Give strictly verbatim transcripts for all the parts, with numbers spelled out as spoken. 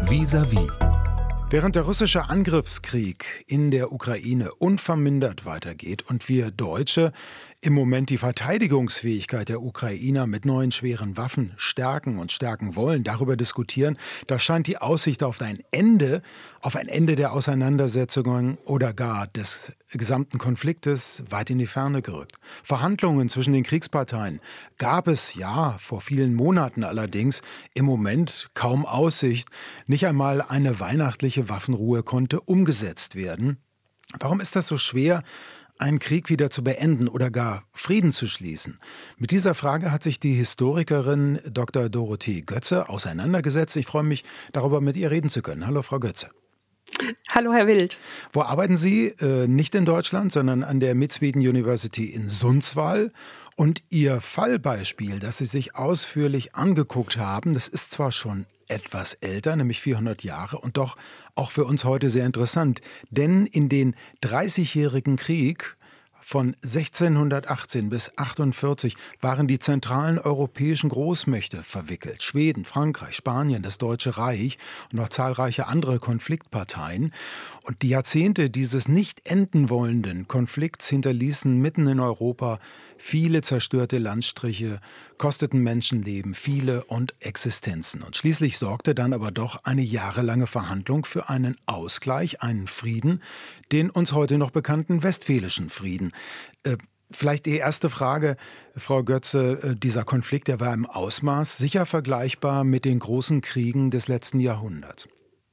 Vis-à-vis. Während der russische Angriffskrieg in der Ukraine unvermindert weitergeht und wir Deutsche im Moment die Verteidigungsfähigkeit der Ukrainer mit neuen schweren Waffen stärken und stärken wollen, darüber diskutieren, da scheint die Aussicht auf ein Ende, auf ein Ende der Auseinandersetzungen oder gar des gesamten Konfliktes weit in die Ferne gerückt. Verhandlungen zwischen den Kriegsparteien gab es, ja, vor vielen Monaten allerdings, im Moment kaum Aussicht. Nicht einmal eine weihnachtliche Waffenruhe konnte umgesetzt werden. Warum ist das so schwer, einen Krieg wieder zu beenden oder gar Frieden zu schließen? Mit dieser Frage hat sich die Historikerin Doktor Dorothee Götze auseinandergesetzt. Ich freue mich, darüber mit ihr reden zu können. Hallo, Frau Götze. Hallo, Herr Wild. Wo arbeiten Sie? Äh, nicht in Deutschland, sondern an der Mid-Sweden University in Sundsvall. Und Ihr Fallbeispiel, das Sie sich ausführlich angeguckt haben, das ist zwar schon etwas älter, nämlich vierhundert Jahre, und doch auch für uns heute sehr interessant. Denn in den dreißigjährigen Krieg von sechzehnhundertachtzehn bis achtundvierzig waren die zentralen europäischen Großmächte verwickelt. Schweden, Frankreich, Spanien, das Deutsche Reich und noch zahlreiche andere Konfliktparteien. Und die Jahrzehnte dieses nicht enden wollenden Konflikts hinterließen mitten in Europa viele zerstörte Landstriche, kosteten Menschenleben, viele und Existenzen. Und schließlich sorgte dann aber doch eine jahrelange Verhandlung für einen Ausgleich, einen Frieden, den uns heute noch bekannten Westfälischen Frieden. Äh, vielleicht die erste Frage, Frau Götze, äh, dieser Konflikt, der war im Ausmaß sicher vergleichbar mit den großen Kriegen des letzten Jahrhunderts.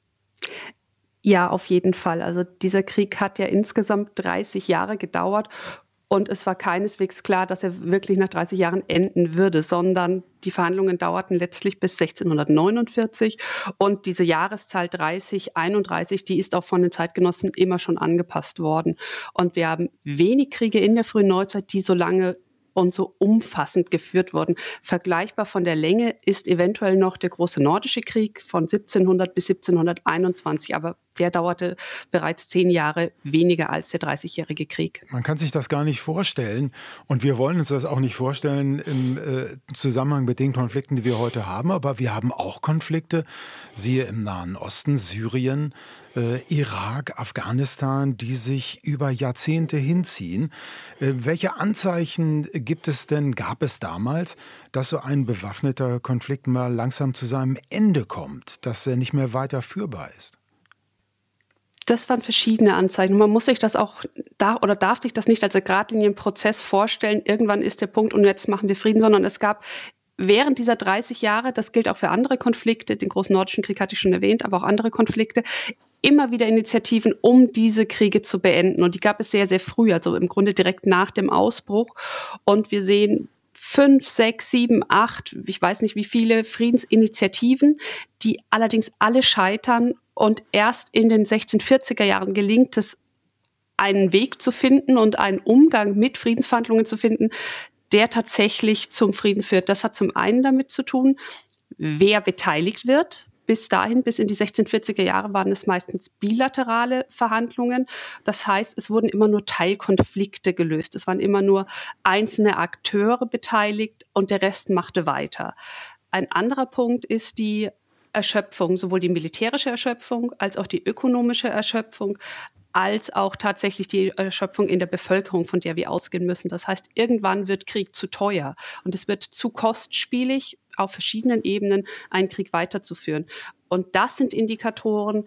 Ja, auf jeden Fall. Also dieser Krieg hat ja insgesamt dreißig Jahre gedauert. Und es war keineswegs klar, dass er wirklich nach dreißig Jahren enden würde, sondern die Verhandlungen dauerten letztlich bis sechzehnhundertneunundvierzig. Und diese Jahreszahl dreißig, einunddreißig, die ist auch von den Zeitgenossen immer schon angepasst worden. Und wir haben wenig Kriege in der frühen Neuzeit, die so lange und so umfassend geführt wurden. Vergleichbar von der Länge ist eventuell noch der große Nordische Krieg von siebzehnhundert bis siebzehnhunderteinundzwanzig, aber der dauerte bereits zehn Jahre weniger als der dreißigjährige Krieg. Man kann sich das gar nicht vorstellen und wir wollen uns das auch nicht vorstellen im äh, Zusammenhang mit den Konflikten, die wir heute haben, aber wir haben auch Konflikte, siehe im Nahen Osten, Syrien, äh, Irak, Afghanistan, die sich über Jahrzehnte hinziehen. Äh, welche Anzeichen gibt es denn, gab es damals, dass so ein bewaffneter Konflikt mal langsam zu seinem Ende kommt, dass er nicht mehr weiter führbar ist? Das waren verschiedene Anzeichen. Man muss sich das auch da oder darf sich das nicht als geradlinigen Prozess vorstellen. Irgendwann ist der Punkt und jetzt machen wir Frieden, sondern es gab während dieser dreißig Jahre, das gilt auch für andere Konflikte, den großen Nordischen Krieg hatte ich schon erwähnt, aber auch andere Konflikte, immer wieder Initiativen, um diese Kriege zu beenden. Und die gab es sehr, sehr früh, also im Grunde direkt nach dem Ausbruch. Und wir sehen fünf, sechs, sieben, acht, ich weiß nicht wie viele Friedensinitiativen, die allerdings alle scheitern. Und erst in den sechzehnhundertvierziger Jahren gelingt es, einen Weg zu finden und einen Umgang mit Friedensverhandlungen zu finden, der tatsächlich zum Frieden führt. Das hat zum einen damit zu tun, wer beteiligt wird. Bis dahin, bis in die sechzehnhundertvierziger Jahre, waren es meistens bilaterale Verhandlungen. Das heißt, es wurden immer nur Teilkonflikte gelöst. Es waren immer nur einzelne Akteure beteiligt und der Rest machte weiter. Ein anderer Punkt ist die Erschöpfung, sowohl die militärische Erschöpfung als auch die ökonomische Erschöpfung, als auch tatsächlich die Erschöpfung in der Bevölkerung, von der wir ausgehen müssen. Das heißt, irgendwann wird Krieg zu teuer und es wird zu kostspielig, auf verschiedenen Ebenen einen Krieg weiterzuführen. Und das sind Indikatoren,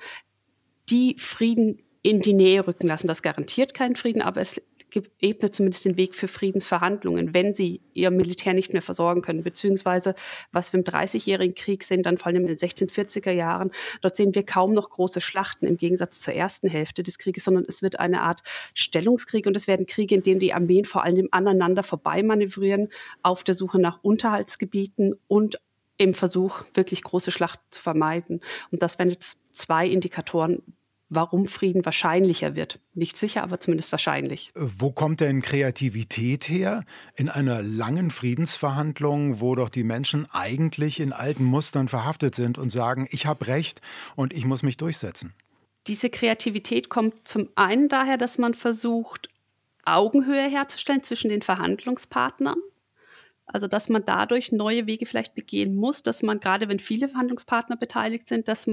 die Frieden in die Nähe rücken lassen. Das garantiert keinen Frieden, aber es ebnet zumindest den Weg für Friedensverhandlungen, wenn sie ihr Militär nicht mehr versorgen können. Beziehungsweise, was wir im dreißigjährigen Krieg sehen, dann vor allem in den sechzehnhundertvierziger Jahren, dort sehen wir kaum noch große Schlachten im Gegensatz zur ersten Hälfte des Krieges, sondern es wird eine Art Stellungskrieg und es werden Kriege, in denen die Armeen vor allem aneinander vorbeimanövrieren, auf der Suche nach Unterhaltsgebieten und im Versuch, wirklich große Schlachten zu vermeiden. Und das wären jetzt zwei Indikatoren, warum Frieden wahrscheinlicher wird. Nicht sicher, aber zumindest wahrscheinlich. Wo kommt denn Kreativität her in einer langen Friedensverhandlung, wo doch die Menschen eigentlich in alten Mustern verhaftet sind und sagen, ich habe Recht und ich muss mich durchsetzen? Diese Kreativität kommt zum einen daher, dass man versucht, Augenhöhe herzustellen zwischen den Verhandlungspartnern. Also dass man dadurch neue Wege vielleicht begehen muss, dass man, gerade wenn viele Verhandlungspartner beteiligt sind, dass man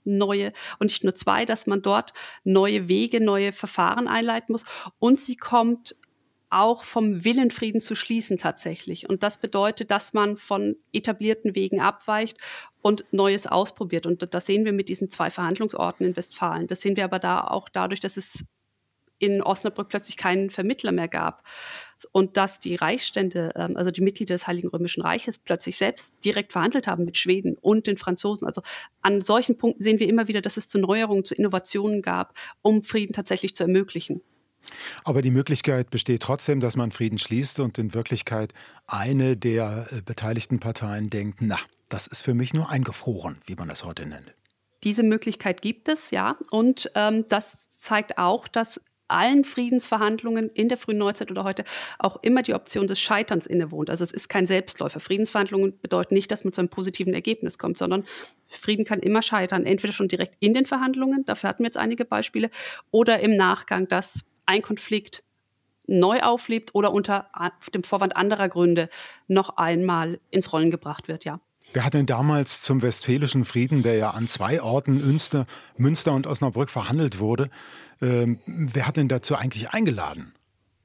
neue und nicht nur zwei, dass man dort neue Wege, neue Verfahren einleiten muss. Und sie kommt auch vom Willen, Frieden zu schließen tatsächlich. Und das bedeutet, dass man von etablierten Wegen abweicht und Neues ausprobiert. Und das sehen wir mit diesen zwei Verhandlungsorten in Westfalen. Das sehen wir aber da auch dadurch, dass es in Osnabrück plötzlich keinen Vermittler mehr gab und dass die Reichsstände, also die Mitglieder des Heiligen Römischen Reiches, plötzlich selbst direkt verhandelt haben mit Schweden und den Franzosen. Also an solchen Punkten sehen wir immer wieder, dass es zu Neuerungen, zu Innovationen gab, um Frieden tatsächlich zu ermöglichen. Aber die Möglichkeit besteht trotzdem, dass man Frieden schließt und in Wirklichkeit eine der äh, beteiligten Parteien denkt, na, das ist für mich nur eingefroren, wie man das heute nennt. Diese Möglichkeit gibt es, ja. Und ähm, das zeigt auch, dass allen Friedensverhandlungen in der frühen Neuzeit oder heute auch immer die Option des Scheiterns innewohnt. Also es ist kein Selbstläufer. Friedensverhandlungen bedeuten nicht, dass man zu einem positiven Ergebnis kommt, sondern Frieden kann immer scheitern. Entweder schon direkt in den Verhandlungen, dafür hatten wir jetzt einige Beispiele, oder im Nachgang, dass ein Konflikt neu auflebt oder unter dem Vorwand anderer Gründe noch einmal ins Rollen gebracht wird, ja. Wer hat denn damals zum Westfälischen Frieden, der ja an zwei Orten, Münster, Münster und Osnabrück, verhandelt wurde, ähm, wer hat denn dazu eigentlich eingeladen?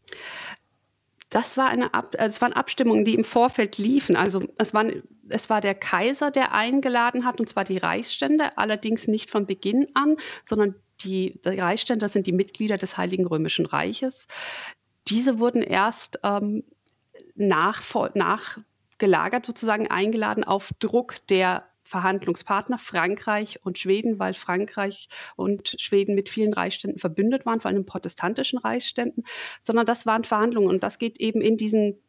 Das war eine Ab- also es waren Abstimmungen, die im Vorfeld liefen. Also es, waren, es war der Kaiser, der eingeladen hat, und zwar die Reichsstände, allerdings nicht von Beginn an, sondern die, die Reichsstände, das sind die Mitglieder des Heiligen Römischen Reiches. Diese wurden erst ähm, nach, nach gelagert sozusagen eingeladen auf Druck der Verhandlungspartner Frankreich und Schweden, weil Frankreich und Schweden mit vielen Reichsständen verbündet waren, vor allem protestantischen Reichsständen, sondern das waren Verhandlungen und das geht eben in diesen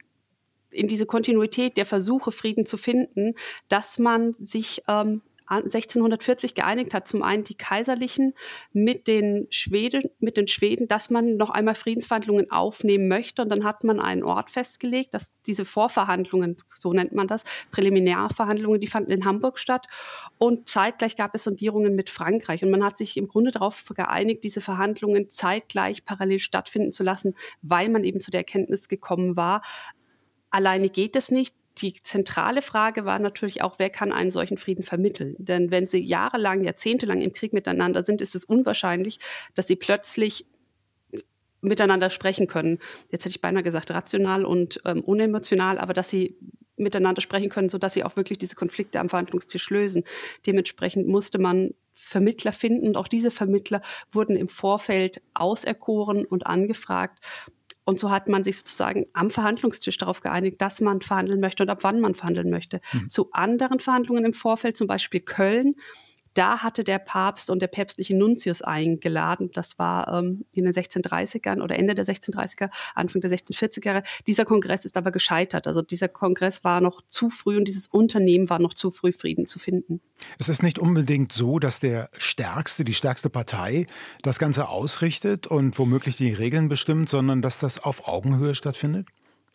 in diese Kontinuität der Versuche, Frieden zu finden, dass man sich ähm, sechzehnhundertvierzig geeinigt hat, zum einen die Kaiserlichen mit den Schweden, mit den Schweden, dass man noch einmal Friedensverhandlungen aufnehmen möchte. Und dann hat man einen Ort festgelegt, dass diese Vorverhandlungen, so nennt man das, Präliminärverhandlungen, die fanden in Hamburg statt. Und zeitgleich gab es Sondierungen mit Frankreich. Und man hat sich im Grunde darauf geeinigt, diese Verhandlungen zeitgleich parallel stattfinden zu lassen, weil man eben zu der Erkenntnis gekommen war, alleine geht es nicht. Die zentrale Frage war natürlich auch, wer kann einen solchen Frieden vermitteln? Denn wenn sie jahrelang, jahrzehntelang im Krieg miteinander sind, ist es unwahrscheinlich, dass sie plötzlich miteinander sprechen können. Jetzt hätte ich beinahe gesagt, rational und ähm, unemotional, aber dass sie miteinander sprechen können, sodass sie auch wirklich diese Konflikte am Verhandlungstisch lösen. Dementsprechend musste man Vermittler finden und auch diese Vermittler wurden im Vorfeld auserkoren und angefragt. Und so hat man sich sozusagen am Verhandlungstisch darauf geeinigt, dass man verhandeln möchte und ab wann man verhandeln möchte. Mhm. Zu anderen Verhandlungen im Vorfeld, zum Beispiel Köln, da hatte der Papst und der päpstliche Nuntius eingeladen. Das war ähm, in den sechzehnhundertdreißigern oder Ende der sechzehnhundertdreißiger, Anfang der sechzehnhundertvierziger. Dieser Kongress ist aber gescheitert. Also dieser Kongress war noch zu früh und dieses Unternehmen war noch zu früh, Frieden zu finden. Es ist nicht unbedingt so, dass der Stärkste, die stärkste Partei das Ganze ausrichtet und womöglich die Regeln bestimmt, sondern dass das auf Augenhöhe stattfindet?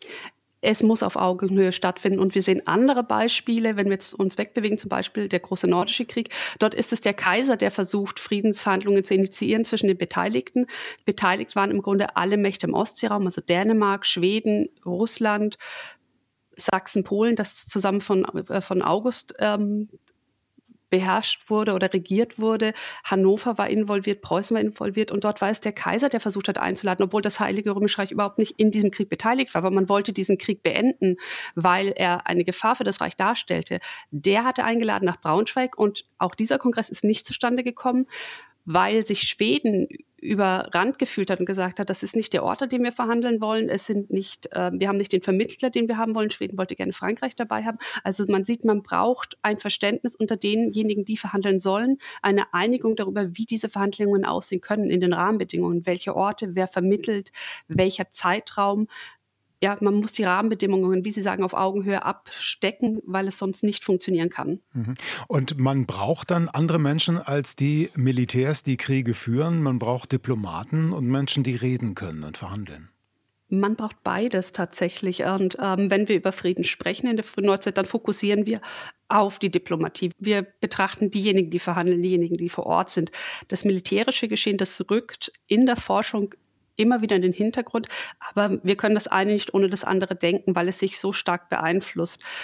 Es muss auf Augenhöhe stattfinden. Und wir sehen andere Beispiele, wenn wir jetzt uns wegbewegen, zum Beispiel der große Nordische Krieg. Dort ist es der Kaiser, der versucht, Friedensverhandlungen zu initiieren zwischen den Beteiligten. Beteiligt waren im Grunde alle Mächte im Ostseeraum, also Dänemark, Schweden, Russland, Sachsen, Polen, das zusammen von, äh, von August ähm, beherrscht wurde oder regiert wurde. Hannover war involviert, Preußen war involviert und dort war es der Kaiser, der versucht hat einzuladen, obwohl das Heilige Römische Reich überhaupt nicht in diesem Krieg beteiligt war, aber man wollte diesen Krieg beenden, weil er eine Gefahr für das Reich darstellte. Der hatte eingeladen nach Braunschweig und auch dieser Kongress ist nicht zustande gekommen, weil sich Schweden überrannt gefühlt hat und gesagt hat, das ist nicht der Ort, an dem wir verhandeln wollen. Es sind nicht, äh, wir haben nicht den Vermittler, den wir haben wollen. Schweden wollte gerne Frankreich dabei haben. Also man sieht, man braucht ein Verständnis unter denjenigen, die verhandeln sollen, eine Einigung darüber, wie diese Verhandlungen aussehen können in den Rahmenbedingungen, welche Orte, wer vermittelt, welcher Zeitraum. Ja, man muss die Rahmenbedingungen, wie Sie sagen, auf Augenhöhe abstecken, weil es sonst nicht funktionieren kann. Und man braucht dann andere Menschen als die Militärs, die Kriege führen. Man braucht Diplomaten und Menschen, die reden können und verhandeln. Man braucht beides tatsächlich. Und ähm, wenn wir über Frieden sprechen in der frühen Neuzeit, dann fokussieren wir auf die Diplomatie. Wir betrachten diejenigen, die verhandeln, diejenigen, die vor Ort sind. Das militärische Geschehen, das rückt in der Forschung immer wieder in den Hintergrund. Aber wir können das eine nicht ohne das andere denken, weil es sich so stark beeinflusst.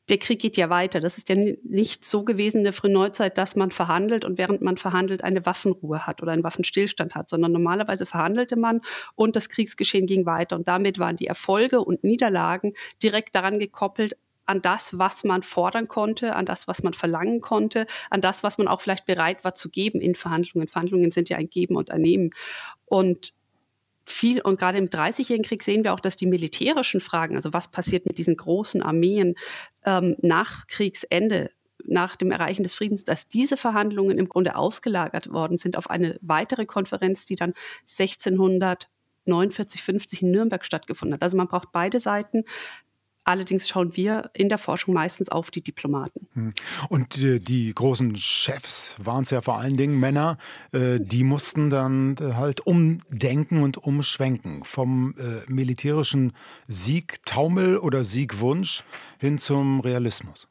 der Krieg geht ja weiter. Das ist ja nicht so gewesen in der frühen Neuzeit, dass man verhandelt und während man verhandelt eine Waffenruhe hat oder einen Waffenstillstand hat, sondern normalerweise verhandelte man und das Kriegsgeschehen ging weiter. Und damit waren die Erfolge und Niederlagen direkt daran gekoppelt, an das, was man fordern konnte, an das, was man verlangen konnte, an das, was man auch vielleicht bereit war zu geben in Verhandlungen. Verhandlungen sind ja ein Geben und ein Nehmen. Und viel, und gerade im Dreißigjährigen Krieg sehen wir auch, dass die militärischen Fragen, also was passiert mit diesen großen Armeen ähm, nach Kriegsende, nach dem Erreichen des Friedens, dass diese Verhandlungen im Grunde ausgelagert worden sind auf eine weitere Konferenz, die dann sechzehnhundertneunundvierzig, fünfzig in Nürnberg stattgefunden hat. Also man braucht beide Seiten. Allerdings schauen wir in der Forschung meistens auf die Diplomaten. Und äh, die großen Chefs waren es ja vor allen Dingen Männer, äh, die mussten dann äh, halt umdenken und umschwenken. Vom äh, militärischen Siegtaumel oder Siegwunsch hin zum Realismus.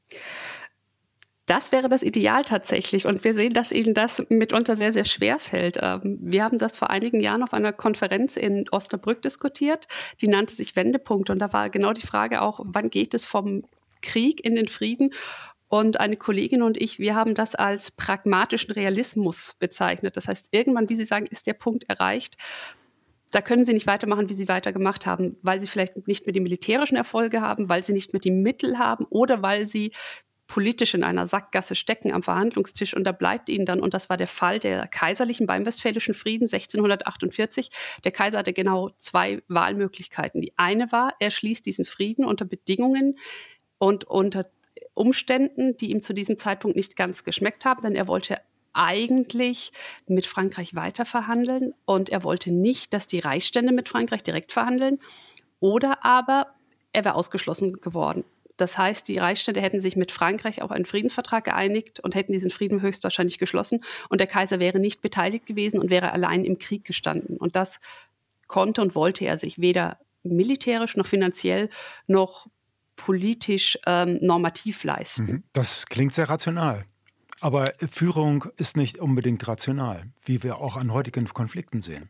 Das wäre das Ideal tatsächlich. Und wir sehen, dass ihnen das mitunter sehr, sehr schwer fällt. Wir haben das vor einigen Jahren auf einer Konferenz in Osnabrück diskutiert. Die nannte sich Wendepunkt. Und da war genau die Frage auch, wann geht es vom Krieg in den Frieden? Und eine Kollegin und ich, wir haben das als pragmatischen Realismus bezeichnet. Das heißt, irgendwann, wie Sie sagen, ist der Punkt erreicht. Da können sie nicht weitermachen, wie sie weitergemacht haben, weil sie vielleicht nicht mehr die militärischen Erfolge haben, weil sie nicht mehr die Mittel haben oder weil sie politisch in einer Sackgasse stecken am Verhandlungstisch und da bleibt ihnen dann, und das war der Fall der Kaiserlichen beim Westfälischen Frieden sechzehnhundertachtundvierzig, der Kaiser hatte genau zwei Wahlmöglichkeiten. Die eine war, er schließt diesen Frieden unter Bedingungen und unter Umständen, die ihm zu diesem Zeitpunkt nicht ganz geschmeckt haben, denn er wollte eigentlich mit Frankreich weiterverhandeln und er wollte nicht, dass die Reichsstände mit Frankreich direkt verhandeln, oder aber er wäre ausgeschlossen geworden. Das heißt, die Reichsstände hätten sich mit Frankreich auf einen Friedensvertrag geeinigt und hätten diesen Frieden höchstwahrscheinlich geschlossen. Und der Kaiser wäre nicht beteiligt gewesen und wäre allein im Krieg gestanden. Und das konnte und wollte er sich weder militärisch noch finanziell noch politisch ähm, normativ leisten. Das klingt sehr rational. Aber Führung ist nicht unbedingt rational, wie wir auch an heutigen Konflikten sehen.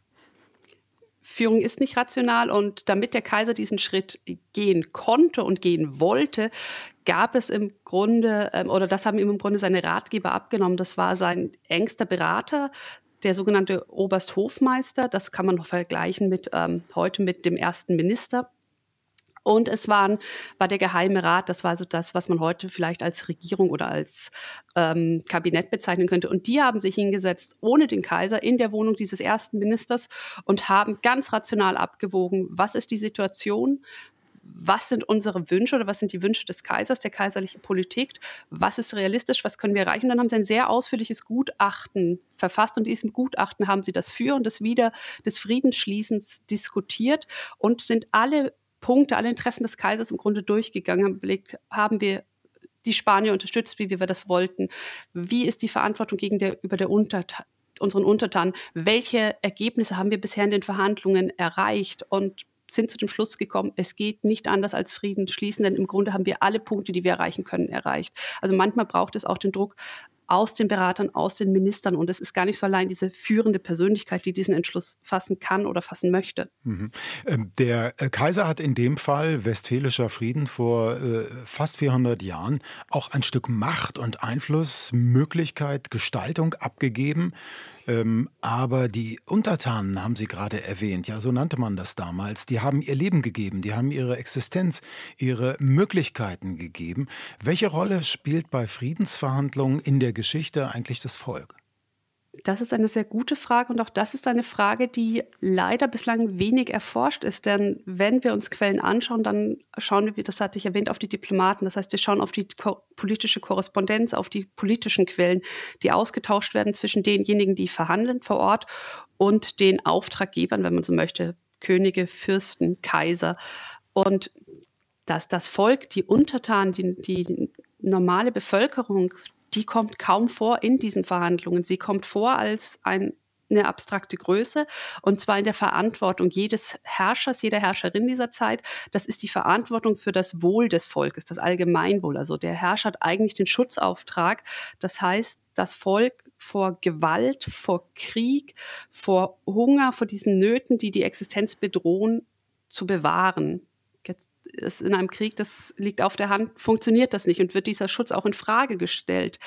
Führung ist nicht rational und damit der Kaiser diesen Schritt gehen konnte und gehen wollte, gab es im Grunde, oder das haben ihm im Grunde seine Ratgeber abgenommen, das war sein engster Berater, der sogenannte Obersthofmeister, das kann man noch vergleichen mit ähm, heute mit dem ersten Minister. Und es waren, war der Geheime Rat, das war also das, was man heute vielleicht als Regierung oder als ähm, Kabinett bezeichnen könnte. Und die haben sich hingesetzt, ohne den Kaiser, in der Wohnung dieses ersten Ministers und haben ganz rational abgewogen, was ist die Situation, was sind unsere Wünsche oder was sind die Wünsche des Kaisers, der kaiserlichen Politik, was ist realistisch, was können wir erreichen. Und dann haben sie ein sehr ausführliches Gutachten verfasst und in diesem Gutachten haben sie das Für und das Wider des Friedensschließens diskutiert und sind alle Punkte, alle Interessen des Kaisers im Grunde durchgegangen, haben überlegt, haben wir die Spanier unterstützt, wie wir das wollten? Wie ist die Verantwortung gegenüber der Untertan, unseren Untertanen? Welche Ergebnisse haben wir bisher in den Verhandlungen erreicht? Und sind zu dem Schluss gekommen, es geht nicht anders als Frieden schließen, denn im Grunde haben wir alle Punkte, die wir erreichen können, erreicht. Also manchmal braucht es auch den Druck aus den Beratern, aus den Ministern. Und es ist gar nicht so allein diese führende Persönlichkeit, die diesen Entschluss fassen kann oder fassen möchte. Mhm. Der Kaiser hat in dem Fall, Westfälischer Frieden vor äh, fast vierhundert Jahren, auch ein Stück Macht und Einfluss, Möglichkeit, Gestaltung abgegeben. Ähm, aber die Untertanen haben Sie gerade erwähnt, ja, so nannte man das damals, die haben ihr Leben gegeben, die haben ihre Existenz, ihre Möglichkeiten gegeben. Welche Rolle spielt bei Friedensverhandlungen in der Geschichte eigentlich das Volk? Das ist eine sehr gute Frage und auch das ist eine Frage, die leider bislang wenig erforscht ist. Denn wenn wir uns Quellen anschauen, dann schauen wir, das hatte ich erwähnt, auf die Diplomaten. Das heißt, wir schauen auf die ko- politische Korrespondenz, auf die politischen Quellen, die ausgetauscht werden zwischen denjenigen, die verhandeln vor Ort und den Auftraggebern, wenn man so möchte, Könige, Fürsten, Kaiser. Und dass das Volk, die Untertanen, die, die normale Bevölkerung, die kommt kaum vor in diesen Verhandlungen. Sie kommt vor als ein, eine abstrakte Größe und zwar in der Verantwortung jedes Herrschers, jeder Herrscherin dieser Zeit. Das ist die Verantwortung für das Wohl des Volkes, das Allgemeinwohl. Also der Herrscher hat eigentlich den Schutzauftrag. Das heißt, das Volk vor Gewalt, vor Krieg, vor Hunger, vor diesen Nöten, die die Existenz bedrohen, zu bewahren. ist in einem Krieg, das liegt auf der Hand, funktioniert das nicht und wird dieser Schutz auch in Frage gestellt.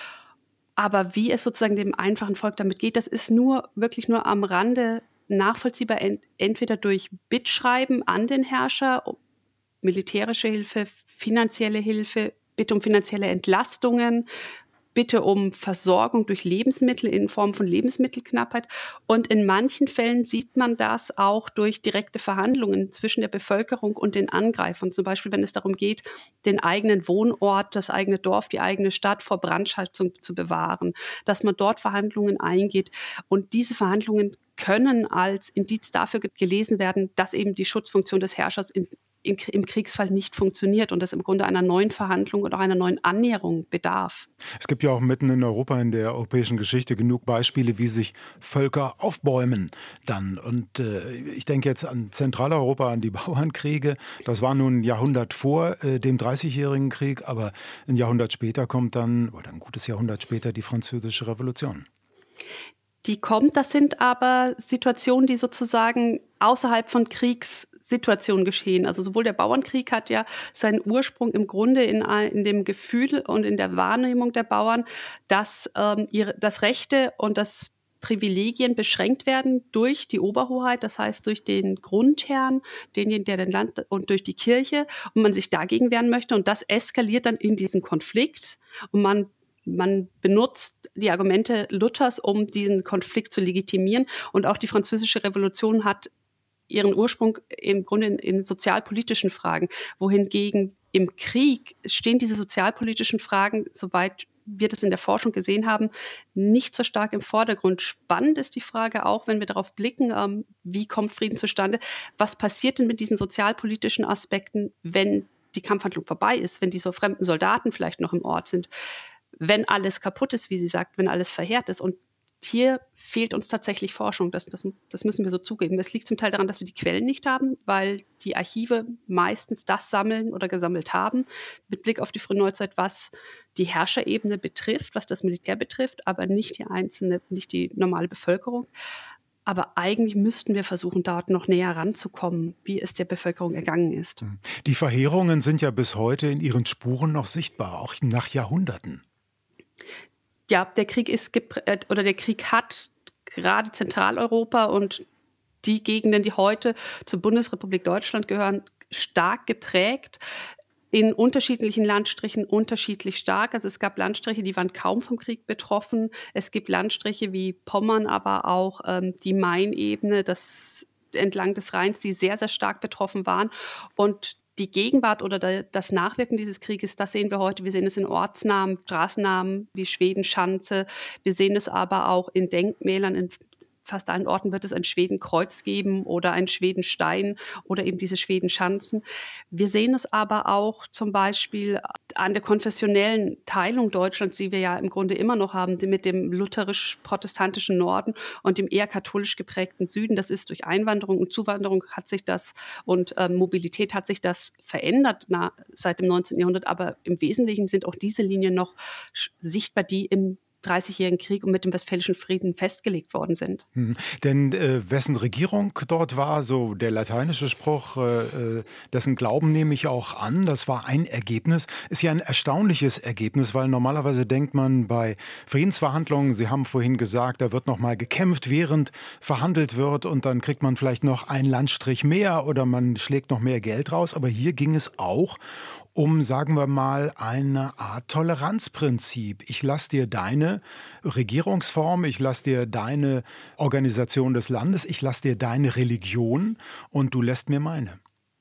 Aber wie es sozusagen dem einfachen Volk damit geht, das ist nur wirklich nur am Rande nachvollziehbar, ent- entweder durch Bittschreiben an den Herrscher, militärische Hilfe, finanzielle Hilfe, Bitte um finanzielle Entlastungen, Bitte um Versorgung durch Lebensmittel in Form von Lebensmittelknappheit. Und in manchen Fällen sieht man das auch durch direkte Verhandlungen zwischen der Bevölkerung und den Angreifern. Zum Beispiel, wenn es darum geht, den eigenen Wohnort, das eigene Dorf, die eigene Stadt vor Brandschätzung zu bewahren, dass man dort Verhandlungen eingeht. Und diese Verhandlungen können als Indiz dafür gelesen werden, dass eben die Schutzfunktion des Herrschers in im Kriegsfall nicht funktioniert und das im Grunde einer neuen Verhandlung oder einer neuen Annäherung bedarf. Es gibt ja auch mitten in Europa, in der europäischen Geschichte, genug Beispiele, wie sich Völker aufbäumen dann. Und äh, ich denke jetzt an Zentraleuropa, an die Bauernkriege. Das war nun ein Jahrhundert vor äh, dem Dreißigjährigen Krieg, aber ein Jahrhundert später kommt dann, oder ein gutes Jahrhundert später, die Französische Revolution. Die kommt, das sind aber Situationen, die sozusagen außerhalb von Kriegssituationen geschehen. Also sowohl der Bauernkrieg hat ja seinen Ursprung im Grunde in, in dem Gefühl und in der Wahrnehmung der Bauern, dass ähm, ihre, das Rechte und das Privilegien beschränkt werden durch die Oberhoheit, das heißt durch den Grundherrn, denjenigen, der den Land und durch die Kirche und man sich dagegen wehren möchte. Und das eskaliert dann in diesen Konflikt und man Man benutzt die Argumente Luthers, um diesen Konflikt zu legitimieren. Und auch die Französische Revolution hat ihren Ursprung im Grunde in, in sozialpolitischen Fragen, wohingegen im Krieg stehen diese sozialpolitischen Fragen, soweit wir das in der Forschung gesehen haben, nicht so stark im Vordergrund. Spannend ist die Frage auch, wenn wir darauf blicken, ähm, wie kommt Frieden zustande? Was passiert denn mit diesen sozialpolitischen Aspekten, wenn die Kampfhandlung vorbei ist, wenn die so fremden Soldaten vielleicht noch im Ort sind? Wenn alles kaputt ist, wie sie sagt, wenn alles verheert ist. Und hier fehlt uns tatsächlich Forschung. Das, das, das müssen wir so zugeben. Es liegt zum Teil daran, dass wir die Quellen nicht haben, weil die Archive meistens das sammeln oder gesammelt haben, mit Blick auf die frühe Neuzeit, was die Herrscherebene betrifft, was das Militär betrifft, aber nicht die einzelne, nicht die normale Bevölkerung. Aber eigentlich müssten wir versuchen, dort noch näher ranzukommen, wie es der Bevölkerung ergangen ist. Die Verheerungen sind ja bis heute in ihren Spuren noch sichtbar, auch nach Jahrhunderten. Ja, der Krieg ist geprägt, oder der Krieg hat gerade Zentraleuropa und die Gegenden, die heute zur Bundesrepublik Deutschland gehören, stark geprägt. In unterschiedlichen Landstrichen unterschiedlich stark. Also es gab Landstriche, die waren kaum vom Krieg betroffen. Es gibt Landstriche wie Pommern, aber auch ähm, die Mainebene, das entlang des Rheins, die sehr, sehr stark betroffen waren. Und die Gegenwart oder das Nachwirken dieses Krieges, das sehen wir heute. Wir sehen es in Ortsnamen, Straßennamen wie Schwedenschanze. Wir sehen es aber auch in Denkmälern. In fast allen Orten wird es ein Schwedenkreuz geben oder ein Schwedenstein oder eben diese Schwedenschanzen. Wir sehen es aber auch zum Beispiel an der konfessionellen Teilung Deutschlands, die wir ja im Grunde immer noch haben, mit dem lutherisch-protestantischen Norden und dem eher katholisch geprägten Süden. Das ist durch Einwanderung und Zuwanderung hat sich das und ähm, Mobilität hat sich das verändert na, seit dem neunzehnten Jahrhundert. Aber im Wesentlichen sind auch diese Linien noch sichtbar, die im Dreißigjährigen Krieg und mit dem Westfälischen Frieden festgelegt worden sind. Hm. Denn äh, wessen Regierung dort war, so der lateinische Spruch, äh, dessen Glauben nehme ich auch an, das war ein Ergebnis, ist ja ein erstaunliches Ergebnis, weil normalerweise denkt man bei Friedensverhandlungen, Sie haben vorhin gesagt, da wird noch mal gekämpft, während verhandelt wird und dann kriegt man vielleicht noch einen Landstrich mehr oder man schlägt noch mehr Geld raus, aber hier ging es auch um, sagen wir mal, eine Art Toleranzprinzip. Ich lasse dir deine Regierungsform, ich lasse dir deine Organisation des Landes, ich lasse dir deine Religion und du lässt mir meine.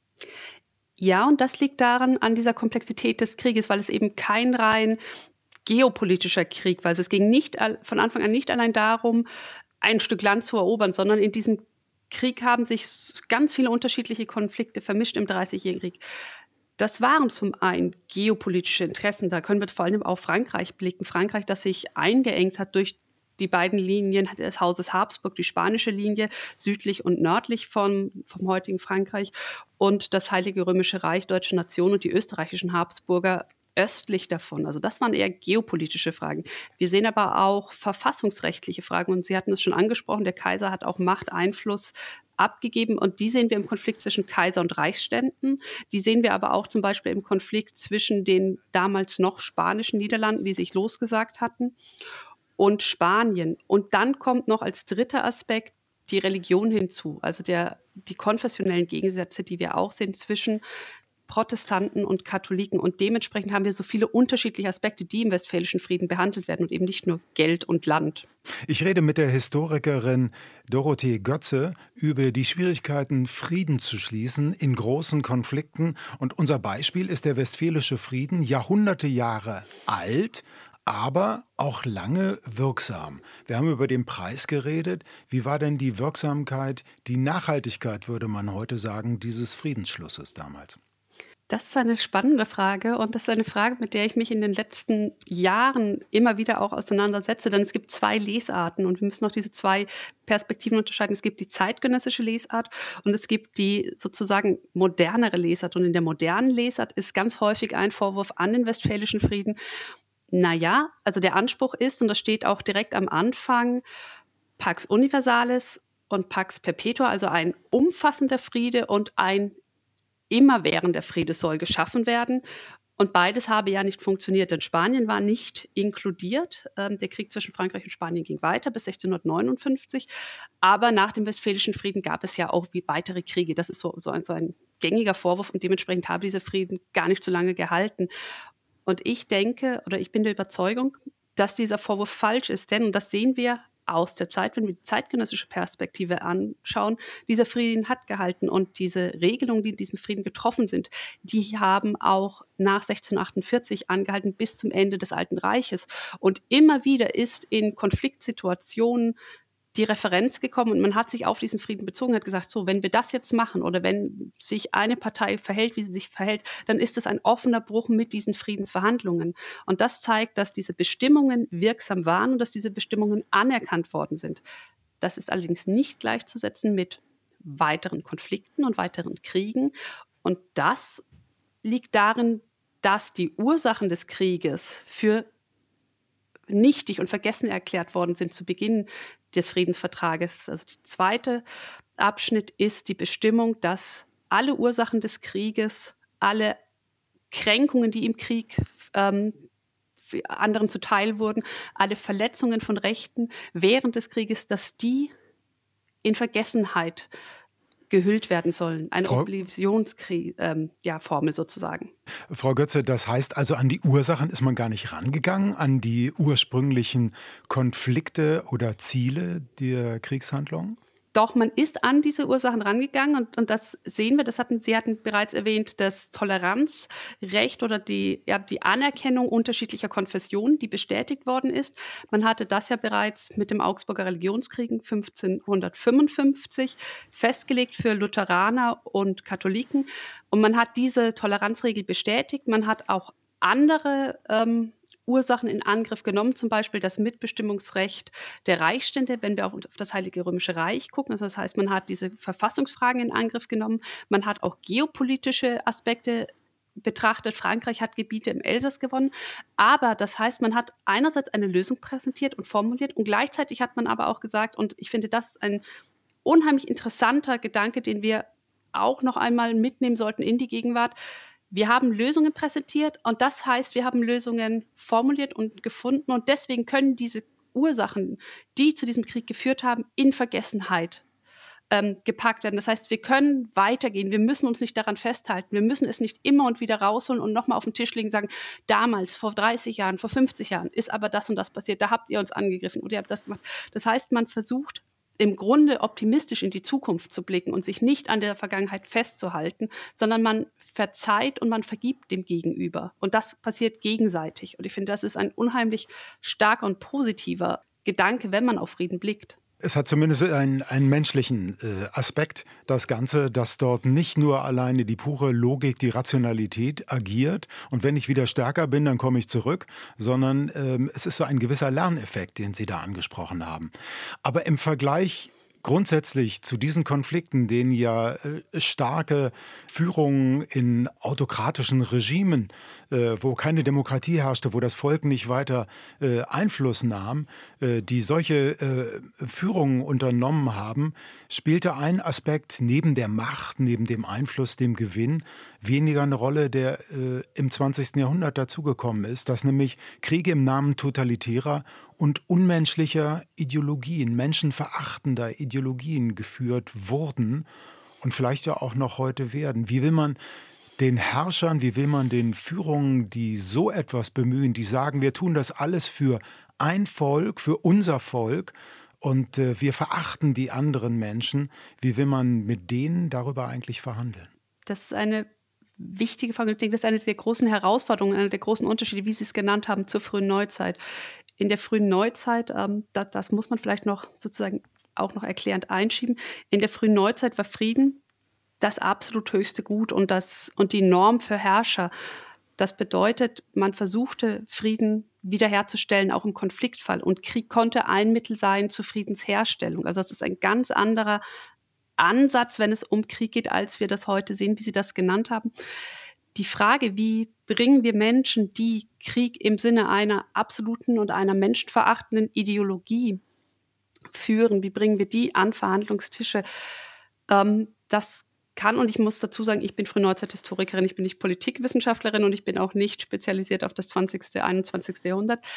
Ja, und das liegt daran, an dieser Komplexität des Krieges, weil es eben kein rein geopolitischer Krieg war. Also es ging nicht von Anfang an nicht allein darum, ein Stück Land zu erobern, sondern in diesem Krieg haben sich ganz viele unterschiedliche Konflikte vermischt im Dreißigjährigen Krieg. Das waren zum einen geopolitische Interessen. Da können wir vor allem auf Frankreich blicken. Frankreich, das sich eingeengt hat durch die beiden Linien des Hauses Habsburg, die spanische Linie südlich und nördlich vom, vom heutigen Frankreich und das Heilige Römische Reich, Deutsche Nation und die österreichischen Habsburger östlich davon. Also das waren eher geopolitische Fragen. Wir sehen aber auch verfassungsrechtliche Fragen. Und Sie hatten es schon angesprochen, der Kaiser hat auch Macht, Einfluss abgegeben. Und die sehen wir im Konflikt zwischen Kaiser und Reichsständen. Die sehen wir aber auch zum Beispiel im Konflikt zwischen den damals noch spanischen Niederlanden, die sich losgesagt hatten, und Spanien. Und dann kommt noch als dritter Aspekt die Religion hinzu. Also der, die konfessionellen Gegensätze, die wir auch sehen zwischen Protestanten und Katholiken. Und dementsprechend haben wir so viele unterschiedliche Aspekte, die im Westfälischen Frieden behandelt werden und eben nicht nur Geld und Land. Ich rede mit der Historikerin Dorothee Götze über die Schwierigkeiten, Frieden zu schließen in großen Konflikten. Und unser Beispiel ist der Westfälische Frieden, Jahrhunderte Jahre alt, aber auch lange wirksam. Wir haben über den Preis geredet. Wie war denn die Wirksamkeit, die Nachhaltigkeit, würde man heute sagen, dieses Friedensschlusses damals? Das ist eine spannende Frage und das ist eine Frage, mit der ich mich in den letzten Jahren immer wieder auch auseinandersetze, denn es gibt zwei Lesarten und wir müssen auch diese zwei Perspektiven unterscheiden. Es gibt die zeitgenössische Lesart und es gibt die sozusagen modernere Lesart. Und in der modernen Lesart ist ganz häufig ein Vorwurf an den Westfälischen Frieden. Naja, also der Anspruch ist, und das steht auch direkt am Anfang, Pax Universalis und Pax Perpetua, also ein umfassender Friede und ein immerwährender Friede soll geschaffen werden. Und beides habe ja nicht funktioniert, denn Spanien war nicht inkludiert. Ähm, der Krieg zwischen Frankreich und Spanien ging weiter bis sechzehnhundertneunundfünfzig. Aber nach dem Westfälischen Frieden gab es ja auch wie weitere Kriege. Das ist so, so, ein, so ein gängiger Vorwurf und dementsprechend haben diese Frieden gar nicht so lange gehalten. Und ich denke, oder ich bin der Überzeugung, dass dieser Vorwurf falsch ist, denn, und das sehen wir aus der Zeit, wenn wir die zeitgenössische Perspektive anschauen, dieser Frieden hat gehalten und diese Regelungen, die in diesem Frieden getroffen sind, die haben auch nach sechzehnhundertachtundvierzig angehalten bis zum Ende des Alten Reiches. Und immer wieder ist in Konfliktsituationen die Referenz gekommen und man hat sich auf diesen Frieden bezogen, hat gesagt, so, wenn wir das jetzt machen oder wenn sich eine Partei verhält, wie sie sich verhält, dann ist es ein offener Bruch mit diesen Friedensverhandlungen. Und das zeigt, dass diese Bestimmungen wirksam waren und dass diese Bestimmungen anerkannt worden sind. Das ist allerdings nicht gleichzusetzen mit weiteren Konflikten und weiteren Kriegen. Und das liegt darin, dass die Ursachen des Krieges für nichtig und vergessen erklärt worden sind zu Beginn des Friedensvertrages. Also der zweite Abschnitt ist die Bestimmung, dass alle Ursachen des Krieges, alle Kränkungen, die im Krieg ähm, anderen zuteil wurden, alle Verletzungen von Rechten während des Krieges, dass die in Vergessenheit gehüllt werden sollen. Eine Oblivionskrieg, ähm, ja, Formel sozusagen. Frau Götze, das heißt also, an die Ursachen ist man gar nicht rangegangen, an die ursprünglichen Konflikte oder Ziele der Kriegshandlungen? Doch, man ist an diese Ursachen rangegangen und, und das sehen wir, das hatten, Sie hatten bereits erwähnt, das Toleranzrecht oder die, ja, die Anerkennung unterschiedlicher Konfessionen, die bestätigt worden ist. Man hatte das ja bereits mit dem Augsburger Religionskrieg fünfzehnhundertfünfundfünfzig festgelegt für Lutheraner und Katholiken und man hat diese Toleranzregel bestätigt. Man hat auch andere ähm, Ursachen in Angriff genommen, zum Beispiel das Mitbestimmungsrecht der Reichsstände, wenn wir auch auf das Heilige Römische Reich gucken. Also das heißt, man hat diese Verfassungsfragen in Angriff genommen. Man hat auch geopolitische Aspekte betrachtet. Frankreich hat Gebiete im Elsass gewonnen. Aber das heißt, man hat einerseits eine Lösung präsentiert und formuliert und gleichzeitig hat man aber auch gesagt, und ich finde, das ist ein unheimlich interessanter Gedanke, den wir auch noch einmal mitnehmen sollten in die Gegenwart. Wir haben Lösungen präsentiert und das heißt, wir haben Lösungen formuliert und gefunden und deswegen können diese Ursachen, die zu diesem Krieg geführt haben, in Vergessenheit ähm, gepackt werden. Das heißt, wir können weitergehen, wir müssen uns nicht daran festhalten, wir müssen es nicht immer und wieder rausholen und nochmal auf den Tisch legen und sagen, damals, vor dreißig Jahren, vor fünfzig Jahren ist aber das und das passiert, da habt ihr uns angegriffen oder ihr habt das gemacht. Das heißt, man versucht, im Grunde optimistisch in die Zukunft zu blicken und sich nicht an der Vergangenheit festzuhalten, sondern man verzeiht und man vergibt dem Gegenüber. Und das passiert gegenseitig. Und ich finde, das ist ein unheimlich starker und positiver Gedanke, wenn man auf Frieden blickt. Es hat zumindest einen, einen menschlichen äh, Aspekt, das Ganze, dass dort nicht nur alleine die pure Logik, die Rationalität agiert und wenn ich wieder stärker bin, dann komme ich zurück, sondern ähm, es ist so ein gewisser Lerneffekt, den Sie da angesprochen haben. Aber im Vergleich grundsätzlich zu diesen Konflikten, denen ja äh, starke Führung in autokratischen Regimen, äh, wo keine Demokratie herrschte, wo das Volk nicht weiter äh, Einfluss nahm, äh, die solche äh, Führungen unternommen haben, spielte ein Aspekt neben der Macht, neben dem Einfluss, dem Gewinn, weniger eine Rolle, der äh, im zwanzigsten Jahrhundert dazugekommen ist, dass nämlich Kriege im Namen totalitärer und unmenschlicher Ideologien, menschenverachtender Ideologien geführt wurden und vielleicht ja auch noch heute werden. Wie will man den Herrschern, wie will man den Führungen, die so etwas bemühen, die sagen, wir tun das alles für ein Volk, für unser Volk und äh, wir verachten die anderen Menschen, wie will man mit denen darüber eigentlich verhandeln? Das ist eine wichtige Frage. Ich denke, das ist eine der großen Herausforderungen, einer der großen Unterschiede, wie Sie es genannt haben, zur frühen Neuzeit. In der frühen Neuzeit, ähm, das, das muss man vielleicht noch sozusagen auch noch erklärend einschieben, in der frühen Neuzeit war Frieden das absolut höchste Gut und, das, und die Norm für Herrscher. Das bedeutet, man versuchte, Frieden wiederherzustellen, auch im Konfliktfall. Und Krieg konnte ein Mittel sein zur Friedensherstellung. Also das ist ein ganz anderer Ansatz, wenn es um Krieg geht, als wir das heute sehen, wie Sie das genannt haben. Die Frage, wie bringen wir Menschen, die Krieg im Sinne einer absoluten und einer menschenverachtenden Ideologie führen, wie bringen wir die an Verhandlungstische? Ähm, das kann, und ich muss dazu sagen, ich bin Frühneuzeithistorikerin, ich bin nicht Politikwissenschaftlerin und ich bin auch nicht spezialisiert auf das zwanzigste, einundzwanzigste Jahrhundert.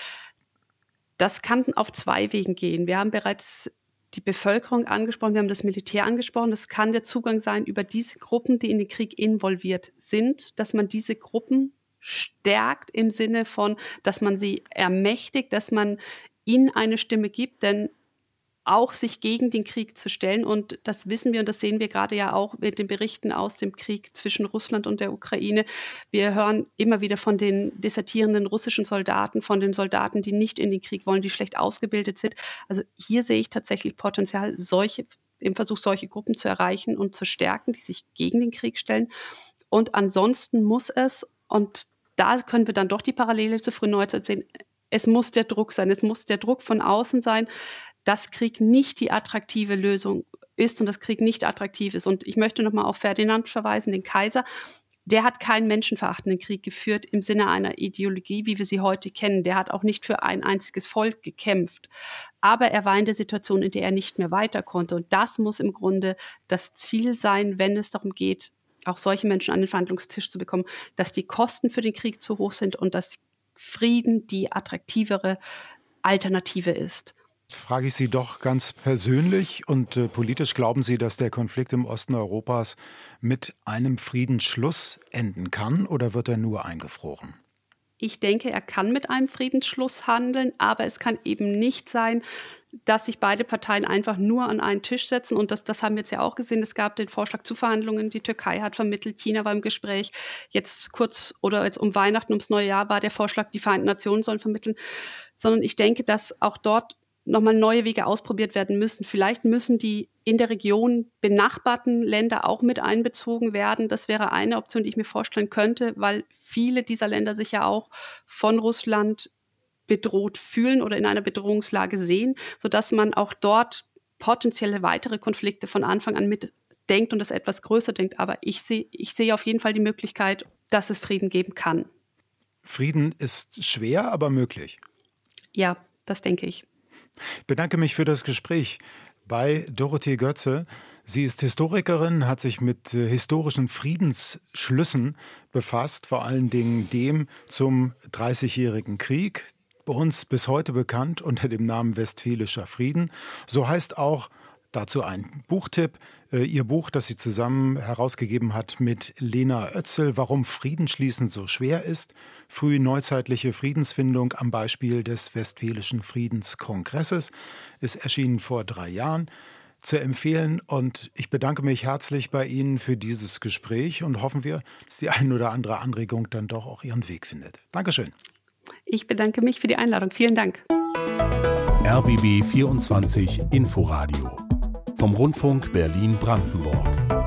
Das kann auf zwei Wegen gehen. Wir haben bereits die Bevölkerung angesprochen, wir haben das Militär angesprochen. Das kann der Zugang sein über diese Gruppen, die in den Krieg involviert sind, dass man diese Gruppen stärkt im Sinne von, dass man sie ermächtigt, dass man ihnen eine Stimme gibt, denn auch sich gegen den Krieg zu stellen. Und das wissen wir und das sehen wir gerade ja auch mit den Berichten aus dem Krieg zwischen Russland und der Ukraine. Wir hören immer wieder von den desertierenden russischen Soldaten, von den Soldaten, die nicht in den Krieg wollen, die schlecht ausgebildet sind. Also hier sehe ich tatsächlich Potenzial, solche, im Versuch, solche Gruppen zu erreichen und zu stärken, die sich gegen den Krieg stellen. Und ansonsten muss es, und da können wir dann doch die Parallele zur frühen Neuzeit sehen, es muss der Druck sein, es muss der Druck von außen sein, dass Krieg nicht die attraktive Lösung ist und dass Krieg nicht attraktiv ist. Und ich möchte nochmal auf Ferdinand verweisen, den Kaiser. Der hat keinen menschenverachtenden Krieg geführt im Sinne einer Ideologie, wie wir sie heute kennen. Der hat auch nicht für ein einziges Volk gekämpft. Aber er war in der Situation, in der er nicht mehr weiter konnte. Und das muss im Grunde das Ziel sein, wenn es darum geht, auch solche Menschen an den Verhandlungstisch zu bekommen, dass die Kosten für den Krieg zu hoch sind und dass Frieden die attraktivere Alternative ist. Frage ich Sie doch ganz persönlich und äh, politisch, glauben Sie, dass der Konflikt im Osten Europas mit einem Friedensschluss enden kann oder wird er nur eingefroren? Ich denke, er kann mit einem Friedensschluss handeln, aber es kann eben nicht sein, dass sich beide Parteien einfach nur an einen Tisch setzen. Und das, das haben wir jetzt ja auch gesehen. Es gab den Vorschlag zu Verhandlungen. Die Türkei hat vermittelt, China war im Gespräch. Jetzt kurz oder jetzt um Weihnachten, ums neue Jahr war der Vorschlag, die Vereinten Nationen sollen vermitteln. Sondern ich denke, dass auch dort nochmal neue Wege ausprobiert werden müssen. Vielleicht müssen die in der Region benachbarten Länder auch mit einbezogen werden. Das wäre eine Option, die ich mir vorstellen könnte, weil viele dieser Länder sich ja auch von Russland bedroht fühlen oder in einer Bedrohungslage sehen, sodass man auch dort potenzielle weitere Konflikte von Anfang an mitdenkt und das etwas größer denkt. Aber ich sehe, ich sehe auf jeden Fall die Möglichkeit, dass es Frieden geben kann. Frieden ist schwer, aber möglich. Ja, das denke ich. Ich bedanke mich für das Gespräch bei Dorothee Götze. Sie ist Historikerin, hat sich mit äh, historischen Friedensschlüssen befasst, vor allen Dingen dem zum Dreißigjährigen Krieg, bei uns bis heute bekannt unter dem Namen Westfälischer Frieden. So heißt auch dazu ein Buchtipp, äh, ihr Buch, das sie zusammen herausgegeben hat mit Lena Oetzel, Warum Friedensschließen so schwer ist, frühneuzeitliche Friedensfindung am Beispiel des Westfälischen Friedenskongresses, ist erschienen vor drei Jahren, zu empfehlen. Und ich bedanke mich herzlich bei Ihnen für dieses Gespräch und hoffen wir, dass die ein oder andere Anregung dann doch auch ihren Weg findet. Dankeschön. Ich bedanke mich für die Einladung. Vielen Dank. R B B vierundzwanzig Inforadio vom Rundfunk Berlin-Brandenburg.